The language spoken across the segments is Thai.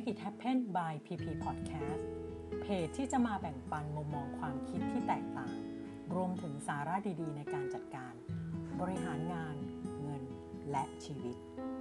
Make It Happen by PP Podcast เพจที่จะมาแบ่งปันมุมมองความคิดที่แตกต่างรวมถึงสาระดีๆในการจัดการบริหารงานเงินและชีวิต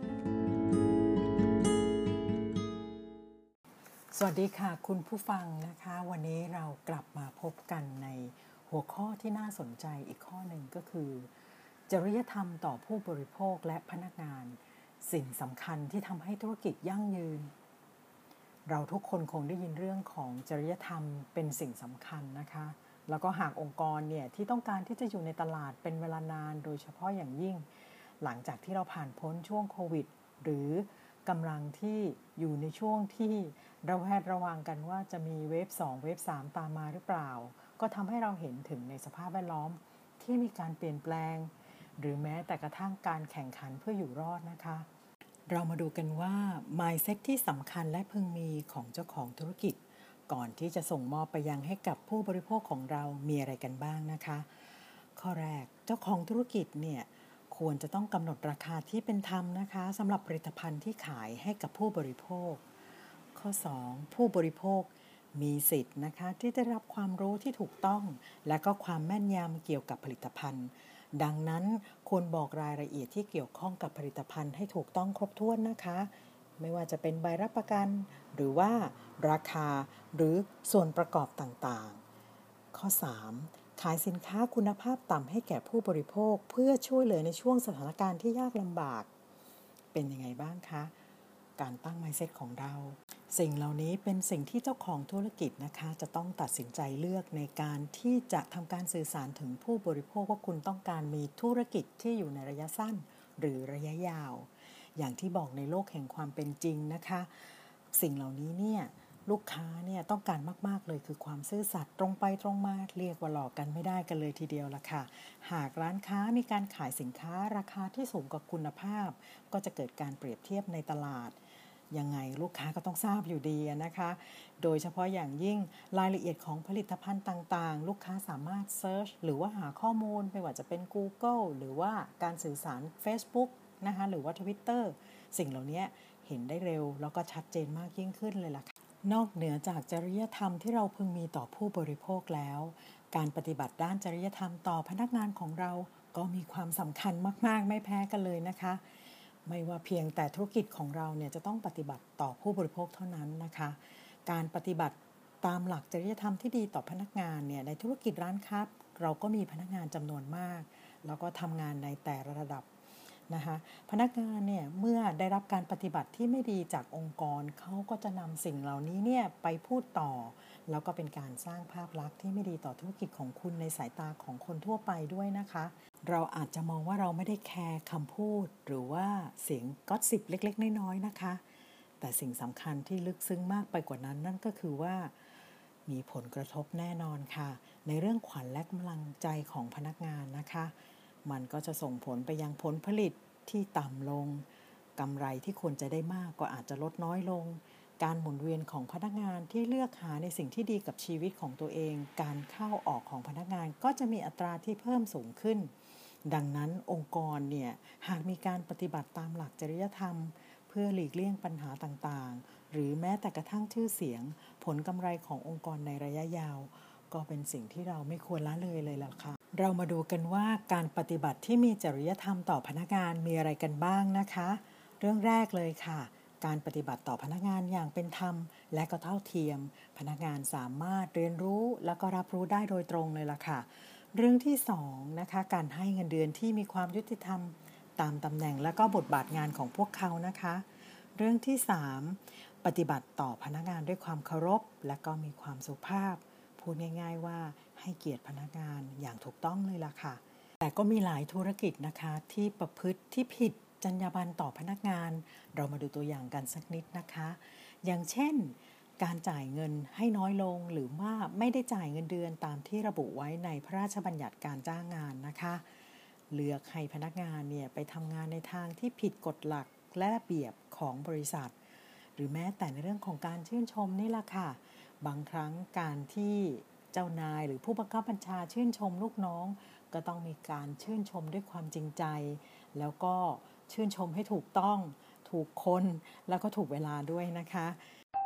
สวัสดีค่ะคุณผู้ฟังนะคะวันนี้เรากลับมาพบกันในหัวข้อที่น่าสนใจอีกข้อหนึ่งก็คือจริยธรรมต่อผู้บริโภคและพนักงานสิ่งสำคัญที่ทำให้ธุรกิจยั่งยืนเราทุกคนคงได้ยินเรื่องของจริยธรรมเป็นสิ่งสำคัญนะคะแล้วก็หากองค์กรเนี่ยที่ต้องการที่จะอยู่ในตลาดเป็นเวลานานโดยเฉพาะอย่างยิ่งหลังจากที่เราผ่านพ้นช่วงโควิดหรือกำลังที่อยู่ในช่วงที่เราแวดระวังกันว่าจะมีเวฟ2เวฟ3ตามมาหรือเปล่าก็ทำให้เราเห็นถึงในสภาพแวดล้อมที่มีการเปลี่ยนแปลงหรือแม้แต่กระทั่งการแข่งขันเพื่ออยู่รอดนะคะเรามาดูกันว่า mindset ที่สำคัญและพึงมีของเจ้าของธุรกิจก่อนที่จะส่งมอบไปยังให้กับผู้บริโภคของเรามีอะไรกันบ้างนะคะข้อแรกเจ้าของธุรกิจเนี่ยควรจะต้องกำหนดราคาที่เป็นธรรมนะคะสำหรับผลิตภัณฑ์ที่ขายให้กับผู้บริโภคข้อ2ผู้บริโภคมีสิทธิ์นะคะที่จะรับความรู้ที่ถูกต้องและก็ความแม่นยำเกี่ยวกับผลิตภัณฑ์ดังนั้นควรบอกรายละเอียดที่เกี่ยวข้องกับผลิตภัณฑ์ให้ถูกต้องครบถ้วนนะคะไม่ว่าจะเป็นใบรับประกันหรือว่าราคาหรือส่วนประกอบต่างๆข้อ3ขายสินค้าคุณภาพต่ำให้แก่ผู้บริโภคเพื่อช่วยเหลือในช่วงสถานการณ์ที่ยากลำบากเป็นยังไงบ้างคะการตั้ง mindset ของเราสิ่งเหล่านี้เป็นสิ่งที่เจ้าของธุรกิจนะคะจะต้องตัดสินใจเลือกในการที่จะทำการสื่อสารถึงผู้บริโภคว่าคุณต้องการมีธุรกิจที่อยู่ในระยะสั้นหรือระยะยาวอย่างที่บอกในโลกแห่งความเป็นจริงนะคะสิ่งเหล่านี้เนี่ยลูกค้าเนี่ยต้องการมากๆเลยคือความซื่อสัตย์ตรงไปตรงมาเรียกว่าหลอกกันไม่ได้กันเลยทีเดียวละค่ะหากร้านค้ามีการขายสินค้าราคาที่สูงกว่าคุณภาพก็จะเกิดการเปรียบเทียบในตลาดยังไงลูกค้าก็ต้องทราบอยู่ดีนะคะโดยเฉพาะอย่างยิ่งรายละเอียดของผลิตภัณฑ์ต่างๆลูกค้าสามารถเซิร์ชหรือว่าหาข้อมูลไม่ว่าจะเป็น Google หรือว่าการสื่อสาร Facebook นะคะหรือว่า Twitter สิ่งเหล่านี้เห็นได้เร็วแล้วก็ชัดเจนมากยิ่งขึ้นเลยล่ะค่ะนอกเหนือจากจริยธรรมที่เราพึงมีต่อผู้บริโภคแล้วการปฏิบัติด้านจริยธรรมต่อพนักงานของเราก็มีความสำคัญมากๆไม่แพ้กันเลยนะคะไม่ว่าเพียงแต่ธุรกิจของเราเนี่ยจะต้องปฏิบัติต่อผู้บริโภคเท่านั้นนะคะการปฏิบัติตามหลักจริยธรรมที่ดีต่อพนักงานเนี่ยในธุรกิจร้านค้าเราก็มีพนักงานจำนวนมากแล้วก็ทำงานในแต่ละระดับนะคะพนักงานเนี่ยเมื่อได้รับการปฏิบัติที่ไม่ดีจากองค์กรเขาก็จะนำสิ่งเหล่านี้เนี่ยไปพูดต่อแล้วก็เป็นการสร้างภาพลักษณ์ที่ไม่ดีต่อธุรกิจของคุณในสายตาของคนทั่วไปด้วยนะคะเราอาจจะมองว่าเราไม่ได้แคร์คำพูดหรือว่าเสียงก็สซิปเล็กๆน้อยๆนะคะแต่สิ่งสำคัญที่ลึกซึ้งมากไปกว่านั้นนั่นก็คือว่ามีผลกระทบแน่นอนค่ะในเรื่องขวัญและกำลังใจของพนักงานนะคะมันก็จะส่งผลไปยังผลผลิตที่ต่ำลงกำไรที่ควรจะได้มากก็อาจจะลดน้อยลงการหมุนเวียนของพนักงานที่เลือกหาในสิ่งที่ดีกับชีวิตของตัวเองการเข้าออกของพนักงานก็จะมีอัตราที่เพิ่มสูงขึ้นดังนั้นองค์กรเนี่ยหากมีการปฏิบัติตามหลักจริยธรรมเพื่อหลีกเลี่ยงปัญหาต่างๆหรือแม้แต่กระทั่งชื่อเสียงผลกำไรขององค์กรในระยะยาวก็เป็นสิ่งที่เราไม่ควรละเลยล่ะค่ะเรามาดูกันว่าการปฏิบัติที่มีจริยธรรมต่อพนักงานมีอะไรกันบ้างนะคะเรื่องแรกเลยค่ะการปฏิบัติต่อพนักงานอย่างเป็นธรรมและก็เท่าเทียมพนักงานสามารถเรียนรู้และก็รับรู้ได้โดยตรงเลยล่ะค่ะเรื่องที่2นะคะการให้เงินเดือนที่มีความยุติธรรมตามตำแหน่งและก็บทบาทงานของพวกเขานะคะเรื่องที่3ปฏิบัติต่อพนักงานด้วยความเคารพและก็มีความสุภาพพูดง่ายๆว่าให้เกียรติพนักงานอย่างถูกต้องเลยล่ะค่ะแต่ก็มีหลายธุรกิจนะคะที่ประพฤติที่ผิดจรรยาบรรณต่อพนักงานเรามาดูตัวอย่างกันสักนิดนะคะอย่างเช่นการจ่ายเงินให้น้อยลงหรือว่าไม่ได้จ่ายเงินเดือนตามที่ระบุไว้ในพระราชบัญญัติการจ้างงานนะคะเลือกให้พนักงานเนี่ยไปทำงานในทางที่ผิดกฎหลักและระเบียบของบริษัทหรือแม้แต่ในเรื่องของการชื่นชมนี่แหละค่ะบางครั้งการที่เจ้านายหรือผู้บังคับบัญชาชื่นชมลูกน้องก็ต้องมีการชื่นชมด้วยความจริงใจแล้วก็ชื่นชมให้ถูกต้องถูกคนแล้วก็ถูกเวลาด้วยนะคะ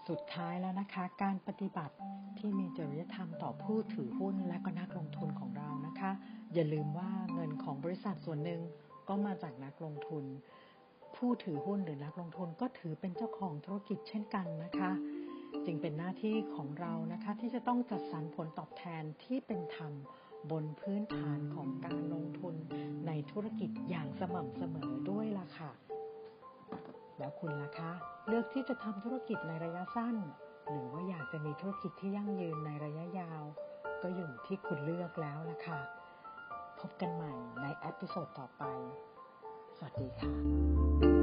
สุดท้ายแล้วนะคะการปฏิบัติที่มีจริยธรรมต่อผู้ถือหุ้นและก็นักลงทุนของเรานะคะอย่าลืมว่าเงินของบริษัทส่วนหนึ่งก็มาจากนักลงทุนผู้ถือหุ้นหรือนักลงทุนก็ถือเป็นเจ้าของธุรกิจเช่นกันนะคะจึงเป็นหน้าที่ของเรานะคะที่จะต้องจัดสรรผลตอบแทนที่เป็นธรรมบนพื้นฐานของการลงทุนในธุรกิจอย่างสม่ำเสมอด้วยล่ะค่ะแล้วคุณล่ะคะเลือกที่จะทำธุรกิจในระยะสั้นหรือว่าอยากจะมีธุรกิจที่ยั่งยืนในระยะยาวก็อยู่ที่คุณเลือกแล้วล่ะค่ะพบกันใหม่ในเอพิโซดต่อไปสวัสดีค่ะ